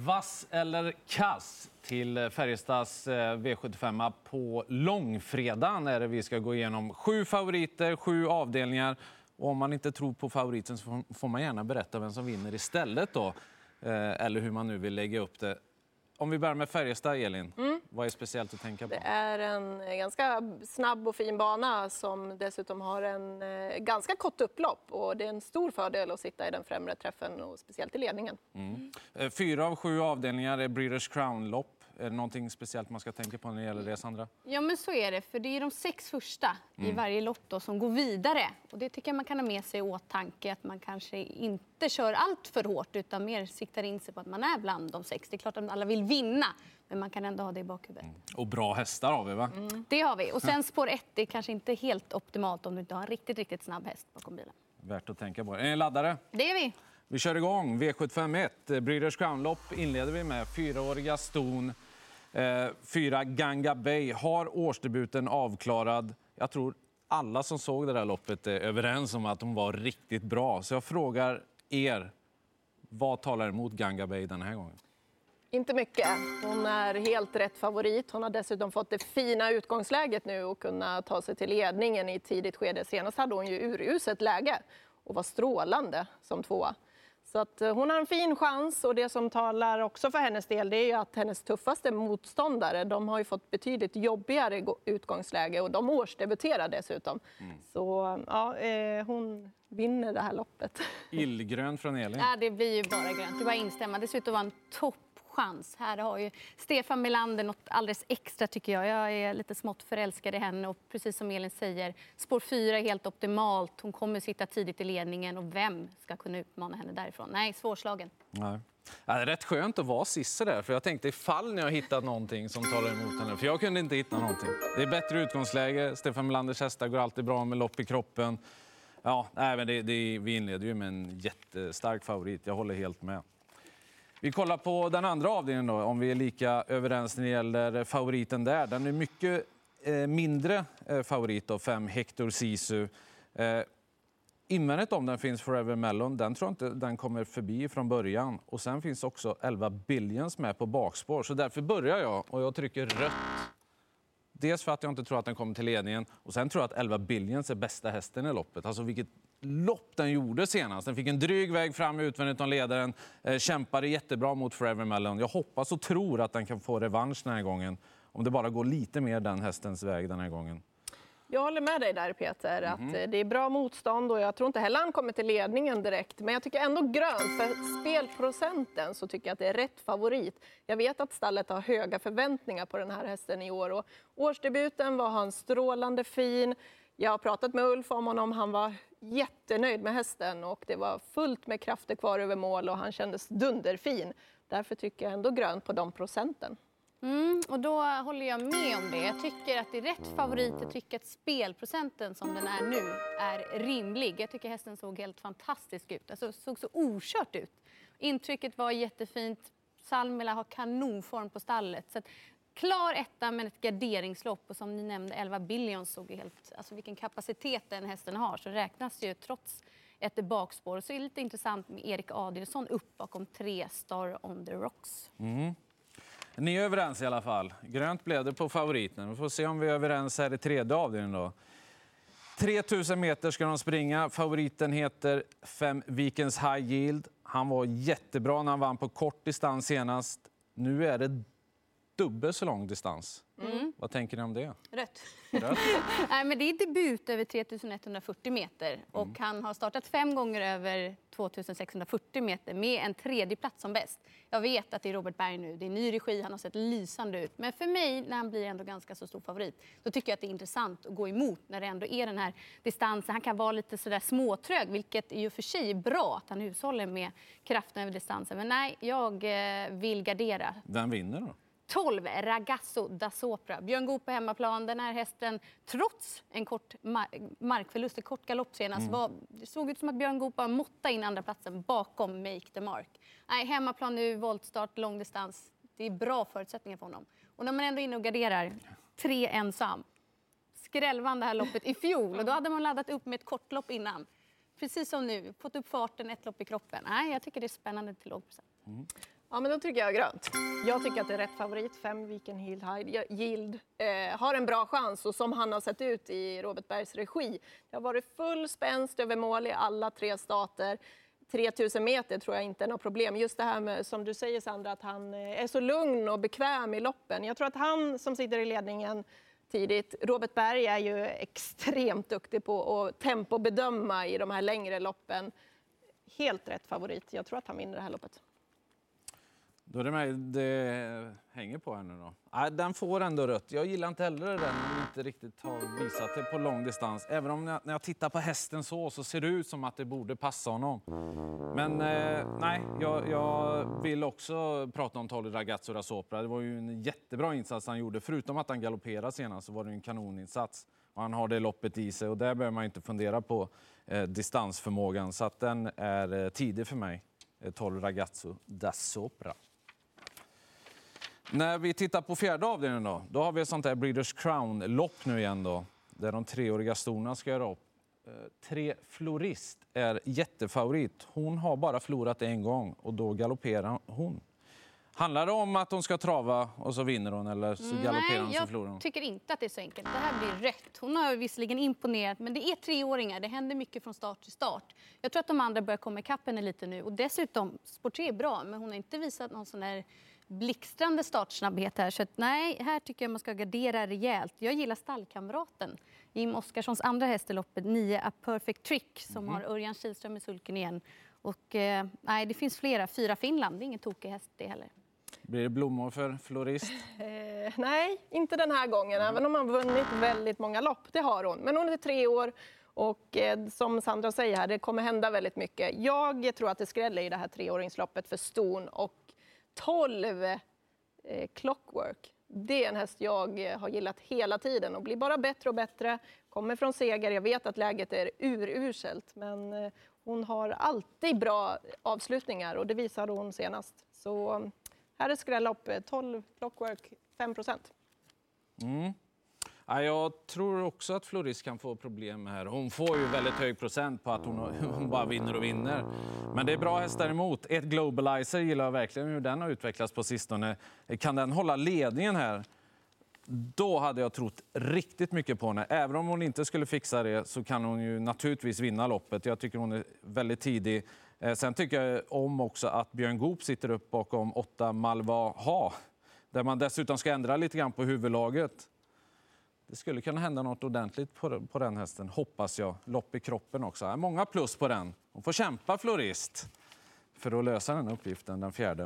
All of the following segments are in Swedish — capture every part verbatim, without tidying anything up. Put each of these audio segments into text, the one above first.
Vass eller kass till Färjestads V sjuttiofem på långfredagen är det vi ska gå igenom. Sju favoriter, sju avdelningar. Och om man inte tror på favoriten så får man gärna berätta vem som vinner istället då. Eller hur man nu vill lägga upp det. Om vi börjar med Färjestad, Elin. Mm. Vad är speciellt att tänka på? Det är en ganska snabb och fin bana som dessutom har en ganska kort upplopp. Och det är en stor fördel att sitta i den främre träffen och speciellt i ledningen. Mm. Fyra av sju avdelningar är British Crown-lopp. Är det någonting speciellt man ska tänka på när det gäller det, Sandra? Ja, men så är det. För det är de sex första mm. i varje lopp då, som går vidare. Och det tycker jag man kan ha med sig i åtanke. Att man kanske inte kör allt för hårt utan mer siktar in sig på att man är bland de sex. Det är klart att alla vill vinna, men man kan ändå ha det i bakhuvudet. Mm. Och bra hästar har vi, va? Mm. Det har vi. Och sen spår ett är kanske inte helt optimalt om du inte har en riktigt, riktigt snabb häst bakom bilen. Värt att tänka på. Är ni laddare? Det är vi. Vi kör igång. V sjuttiofem ett. British Crown-lopp inleder vi med. Fyraåriga ston. Eh, fyra Ganga Bay har årsdebuten avklarad. Jag tror alla som såg det där loppet är överens om att de var riktigt bra. Så jag frågar er, vad talar emot Ganga Bay den här gången? Inte mycket. Hon är helt rätt favorit. Hon har dessutom fått det fina utgångsläget nu och kunna ta sig till ledningen i ett tidigt skede. Senast hade hon ju uruset läge och var strålande som tvåa. Så att hon har en fin chans, och det som talar också för hennes del, det är ju att hennes tuffaste motståndare, de har ju fått betydligt jobbigare utgångsläge och de årsdebuterar dessutom. Mm. Så ja, eh, hon vinner det här loppet. Illgrön från Elin. Ja, det blir ju bara grönt. Det var instämma. Dessutom var en toppchans. Här har ju Stefan Melander något alldeles extra, tycker jag. Jag är lite smått förälskad i henne, och precis som Elin säger, spår fyra är helt optimalt. Hon kommer sitta tidigt i ledningen, och vem ska kunna utmana henne därifrån? Nej, svårslagen. Nej. Ja, det är rätt skönt att vara sist där, för jag tänkte ifall ni har hittat någonting som talar emot henne. För jag kunde inte hitta någonting. Det är bättre utgångsläge. Stefan Melanders hästar går alltid bra med lopp i kroppen. Ja, nej, men det, det, vi inleder ju med en jättestark favorit. Jag håller helt med. Vi kollar på den andra avdelningen då, om vi är lika överens när det gäller favoriten där. Den är mycket eh, mindre eh, favorit då, fem Hector Sisu. Eh, invändigt om den finns Forever Melon. Den tror jag inte den kommer förbi från början. Och sen finns också elva Billions med på bakspår. Så därför börjar jag, och jag trycker rött. Dels för att jag inte tror att den kommer till ledningen. Och sen tror jag att elva Billions är bästa hästen i loppet. Alltså vilket lopp den gjorde senast. Den fick en dryg väg fram utvändigt om ledaren. Eh, kämpade jättebra mot Forever Melon. Jag hoppas och tror att den kan få revansch den här gången. Om det bara går lite mer den hästens väg den här gången. Jag håller med dig där, Peter, att mm-hmm. det är bra motstånd, och jag tror inte heller han kommer till ledningen direkt. Men jag tycker ändå grönt, för spelprocenten så tycker jag att det är rätt favorit. Jag vet att stallet har höga förväntningar på den här hästen i år, och årsdebuten var han strålande fin. Jag har pratat med Ulf om honom, han var jättenöjd med hästen, och det var fullt med krafter kvar över mål, och han kändes dunderfin. Därför tycker jag ändå grönt på de procenten. Mm, och då håller jag med om det. Jag tycker att det är rätt favorit. Jag tycker att spelprocenten som den är nu är rimlig. Jag tycker hästen såg helt fantastisk ut. Alltså såg så okört ut. Intrycket var jättefint. Salmela har kanonform på stallet. Så att, klar etta, men ett garderingslopp. Och som ni nämnde, elva Billions såg helt... Alltså vilken kapacitet den hästen har. Så räknas ju trots ett bakspår. Så är det lite intressant med Erik Adielsson upp bakom tre Star on the Rocks. Mm. Ni är överens i alla fall. Grönt blev det på favoriten. Vi får se om vi är överens här i tredje avdelningen då. tre tusen meter ska de springa. Favoriten heter fem Vikens High Yield. Han var jättebra när han vann på kort distans senast. Nu är det dubbel så lång distans. Mm. Vad tänker ni om det? Rött. Rött. Nej, men det är debut över tre tusen etthundrafyrtio meter. Och mm. han har startat fem gånger över två tusen sexhundrafyrtio meter med en tredje plats som bäst. Jag vet att det är Robert Berg nu. Det är ny regi, han har sett lysande ut. Men för mig, när han blir ändå ganska så stor favorit, då tycker jag att det är intressant att gå emot när det ändå är den här distansen. Han kan vara lite sådär småtrög, vilket är ju för sig bra att han hushåller med kraften över distansen. Men nej, jag vill gardera. Vem vinner då? tolv Ragazzo da Sopra. Björn Goop på hemmaplan. Den här hästen, trots en kort mar- markförlust, en kort galopp senast, mm. var, det såg ut som att Björn Goop bara måtta in andra platsen bakom Make the Mark. Nej, hemmaplan nu, voltstart, långdistans. Det är bra förutsättningar för honom. Och när man ändå är inne och garderar, tre ensam. Skrällvan det här loppet i fjol. Och då hade man laddat upp med ett kortlopp innan. precis som nu. Fått upp farten, ett lopp i kroppen. Nej, jag tycker det är spännande till låg procent. Mm. Ja, men då tycker jag grönt. Jag tycker att det är rätt favorit. Fem Viken Yield, Yield eh, har en bra chans. Och som han har sett ut i Robert Bergs regi. Det har varit full spänst över mål i alla tre starter. tre tusen meter tror jag inte är något problem. Just det här med, som du säger Sandra, att han är så lugn och bekväm i loppen. Jag tror att han som sitter i ledningen tidigt, Robert Berg är ju extremt duktig på att tempobedöma i de här längre loppen. Helt rätt favorit. Jag tror att han vinner det här loppet. Då är det mig det hänger på här nu då. Nej, den får ändå rött. Jag gillar inte heller den om inte riktigt har visat det på lång distans. Även om jag, när jag tittar på hästen så så ser det ut som att det borde passa honom. Men eh, nej, jag, jag vill också prata om tolv Ragazzo da Sopra. Det var ju en jättebra insats han gjorde. Förutom att han galopperade senast så var det en kanoninsats. Och han har det loppet i sig och där behöver man inte fundera på eh, distansförmågan. Så att den är eh, tidig för mig. Eh, tolv Ragazzo da Sopra. När vi tittar på fjärde avdelningen då, då har vi ett sånt här Breeders Crown-lopp nu igen då. Där de treåriga storna ska göra upp. Eh, tre Florist är jättefavorit. Hon har bara förlorat en gång och då galopperar hon. Handlar det om att hon ska trava och så vinner hon eller så galopperar hon så förlorar hon? Jag tycker inte att det är så enkelt. Det här blir rätt. Hon har visserligen imponerat men det är treåringar. Det händer mycket från start till start. Jag tror att de andra börjar komma ikapp henne lite nu. Och dessutom, sport tre är bra men hon har inte visat någon sån här blixtrande startsnabbhet här. Så att, nej, här tycker jag man ska gardera rejält. Jag gillar stallkamraten. Jim Oskarssons andra häst i loppet, nio A Perfect Trick, som mm. har Örjan Kihlström i sulken igen. Och eh, nej, det finns flera. Fyra Finland, det är ingen tokig häst det heller. Blir det blommor för Florist? Eh, nej, inte den här gången. Mm. Även om hon har vunnit väldigt många lopp, det har hon. Men hon är tre år och eh, som Sandra säger här, det kommer hända väldigt mycket. Jag tror att det skräller i det här treåringsloppet för ston och tolv eh, Clockwork. Det är en häst jag har gillat hela tiden och blir bara bättre och bättre. Kommer från seger. Jag vet att läget är uruselt, men eh, hon har alltid bra avslutningar och det visade hon senast. Så eh, här är skrälllopp, tolv Clockwork, fem procent. Mm. Ja, jag tror också att Florist kan få problem här. Hon får ju väldigt hög procent på att hon, hon bara vinner och vinner. Men det är bra hästar emot. Ett Globalizer gillar jag verkligen hur den har utvecklats på sistone. Kan den hålla ledningen här? Då hade jag trott riktigt mycket på henne. Även om hon inte skulle fixa det så kan hon ju naturligtvis vinna loppet. Jag tycker hon är väldigt tidig. Sen tycker jag om också att Björn Goop sitter upp bakom åtta Malva Ha. Där man dessutom ska ändra lite grann på huvudlaget. Det skulle kunna hända något ordentligt på, på den hästen, hoppas jag. Lopp i kroppen också. Många plus på den. Hon får kämpa Florist för att lösa den uppgiften, den fjärde.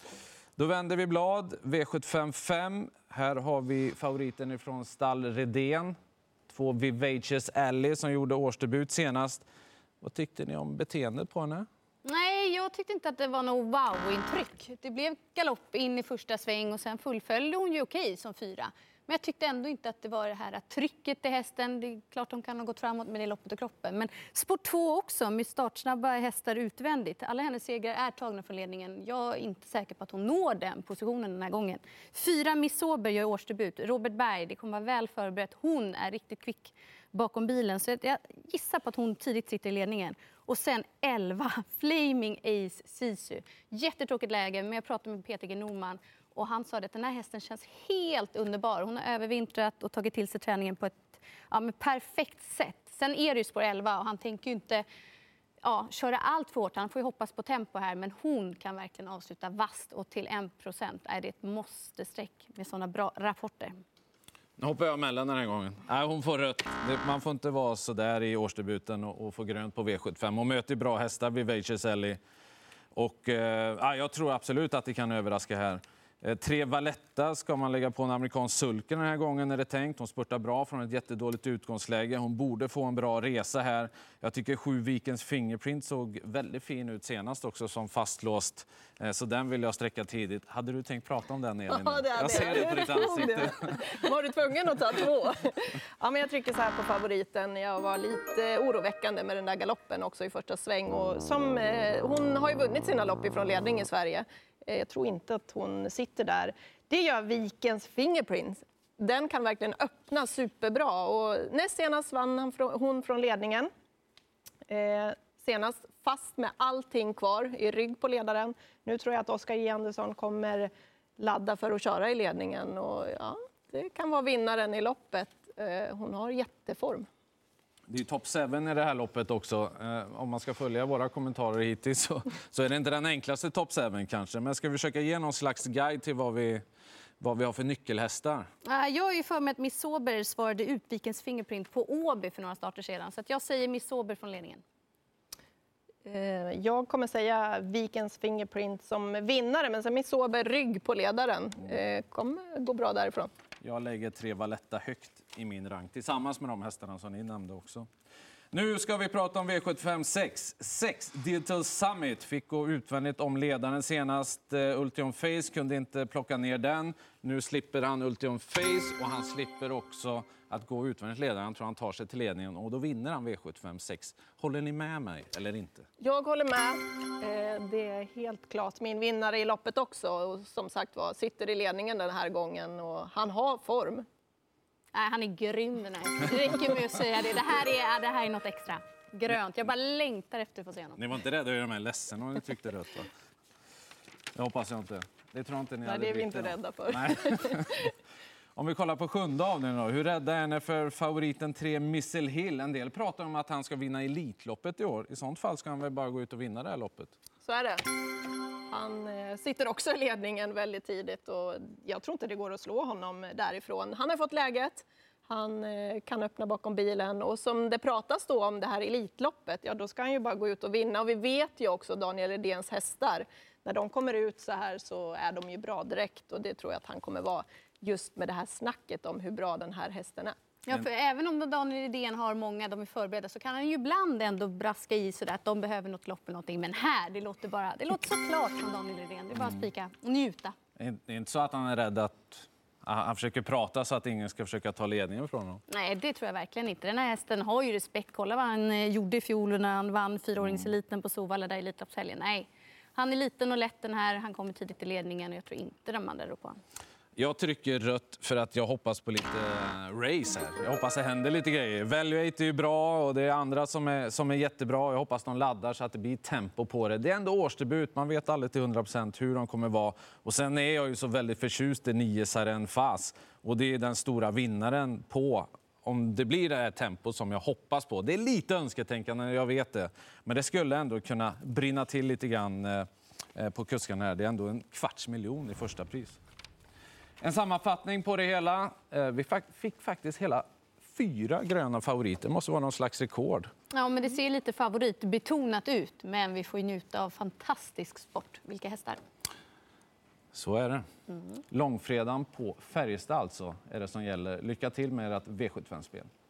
Då vänder vi blad. V sjuttiofem fem. Här har vi favoriten från stall Redén. Två Vivacious Alley som gjorde årsdebut senast. Vad tyckte ni om beteendet på henne? Nej, jag tyckte inte att det var något wow-intryck. Det blev galopp in i första sväng och sen fullföljde hon ju okej som fyra. Men jag tyckte ändå inte att det var det här trycket i hästen. Det är klart de kan ha gått framåt med det loppet och kroppen. Men sport två också med startsnabba hästar utvändigt. Alla hennes segrar är tagna från ledningen. Jag är inte säker på att hon når den positionen den här gången. Fyra Miss Sober gör årsdebut. Robert Berg, det kommer vara väl förberett. Hon är riktigt kvick bakom bilen. Så jag gissar på att hon tidigt sitter i ledningen. Och sen elva Flaming Ace Sisu. Jättetråkigt läge, men jag pratade med Peter G. Norman. Och han sa att den här hästen känns helt underbar. Hon har övervintrat och tagit till sig träningen på ett ja, med perfekt sätt. Sen är det ju spår elva och han tänker ju inte ja, köra allt för hårt. Han får ju hoppas på tempo här. Men hon kan verkligen avsluta vast och till en procent är det ett måste-streck med sådana bra rapporter. Nu hoppar jag mellan den här gången. Nej, hon får rött. Man får inte vara så där i årsdebuten och, och få grönt på V sjuttiofem. Hon möter bra hästar vid Vivacious Alley. Och eh, jag tror absolut att det kan överraska här. Tre Valletta ska man lägga på en amerikansk sulken den här gången är det tänkt. Hon spurtar bra från ett jättedåligt utgångsläge. Hon borde få en bra resa här. Jag tycker sju Vikens Fingerprint såg väldigt fin ut senast också som fastlåst. Så den vill jag sträcka tidigt. Hade du tänkt prata om den, Elin? Ja, det jag ser det på ditt ansikte. Var du tvungen att ta två? Ja, men jag trycker så här på favoriten. Jag var lite oroväckande med den där galoppen också i första sväng. Och som, eh, hon har ju vunnit sina lopp ifrån ledning i Sverige. Jag tror inte att hon sitter där. Det gör Vikens Fingerprints. Den kan verkligen öppna superbra. Och näst senast vann han från, hon från ledningen. Eh, senast fast med allting kvar i rygg på ledaren. Nu tror jag att Oskar J. Andersson kommer ladda för att köra i ledningen. Och ja, det kan vara vinnaren i loppet. Hon har jätteform. Det är ju top seven i det här loppet också. Eh, om man ska följa våra kommentarer hittills så, så är det inte den enklaste top seven kanske. Men ska vi försöka ge någon slags guide till vad vi, vad vi har för nyckelhästar? Jag är ju för mig att Miss Sober svarade ut Vikens Fingerprint på Åby för några starter sedan. Så att jag säger Miss Sober från ledningen. Jag kommer säga Vikens Fingerprint som vinnare, men sen Miss Sober rygg på ledaren. Kommer gå bra därifrån. Jag lägger tre Valletta högt i min rank tillsammans med de hästarna som ni nämnde också. Nu ska vi prata om V sjuttiofem sex. sex Digital Summit fick gå utvändigt om ledaren senast. Uh, Ultium Face kunde inte plocka ner den. Nu slipper han Ultium Face och han slipper också att gå utvändigt ledaren. Han tror han tar sig till ledningen och då vinner han V sjuttiofem sex. Håller ni med mig eller inte? Jag håller med. Det är helt klart min vinnare i loppet också. Och som sagt var, sitter i ledningen den här gången och han har form. Nej, han är grym den här. Det räcker med att säga det. Det här är, det här är något extra. Grönt. Jag bara längtar efter att få se honom. Ni var inte rädda att göra mig ledsen om ni tyckte rött, va? Det hoppas jag inte. Det tror jag inte ni Nej, hade det är vi inte idag. rädda för. Nej. Om vi kollar på sjunde avdelningen då. Hur rädda är ni för favoriten tre Missile Hill? En del pratar om att han ska vinna Elitloppet i år. I sånt fall ska han väl bara gå ut och vinna det här loppet. Så är det. Han sitter också i ledningen väldigt tidigt och jag tror inte det går att slå honom därifrån. Han har fått läget. Han kan öppna bakom bilen och som det pratas då om det här Elitloppet, ja då ska han ju bara gå ut och vinna. Och vi vet ju också Daniel Redéns hästar, när de kommer ut så här så är de ju bra direkt och det tror jag att han kommer vara just med det här snacket om hur bra den här hästen är. Ja, för även om Daniel Redén har många, de är förberedda, så kan han ju ibland ändå braska i så där att de behöver något lopp eller någonting. Men här, det låter bara, det låter så klart från Daniel Redén. Det är bara att spika och njuta. Det är inte så att han är rädd att han försöker prata så att ingen ska försöka ta ledningen från honom? Nej, det tror jag verkligen inte. Den här hästen har ju respekt. Kolla vad han gjorde i fjol när han vann fyraåringseliten på Sovalla där i Elitloppshelgen. Nej, han är liten och lätt den här. Han kommer tidigt i ledningen och jag tror inte de andra rår på honom. Jag trycker rött för att jag hoppas på lite race här. Jag hoppas det händer lite grejer. Valuate är ju bra och det är andra som är, som är jättebra. Jag hoppas de laddar så att det blir tempo på det. Det är ändå årsdebut. Man vet aldrig till hundra procent hur de kommer vara. Och sen är jag ju så väldigt förtjust i nio Saren Fas. Och det är den stora vinnaren på om det blir det här tempo som jag hoppas på. Det är lite önsketänkande, jag vet det. Men det skulle ändå kunna brinna till lite grann eh, på kuskarna här. Det är ändå en kvarts miljon i första pris. En sammanfattning på det hela. Vi fick faktiskt hela fyra gröna favoriter. Det måste vara någon slags rekord. Ja, men det ser lite favoritbetonat ut. Men vi får ju njuta av fantastisk sport. Vilka hästar? Så är det. Mm. Långfredagen på Färjestad alltså är det som gäller. Lycka till med ert V sjuttiofem-spel.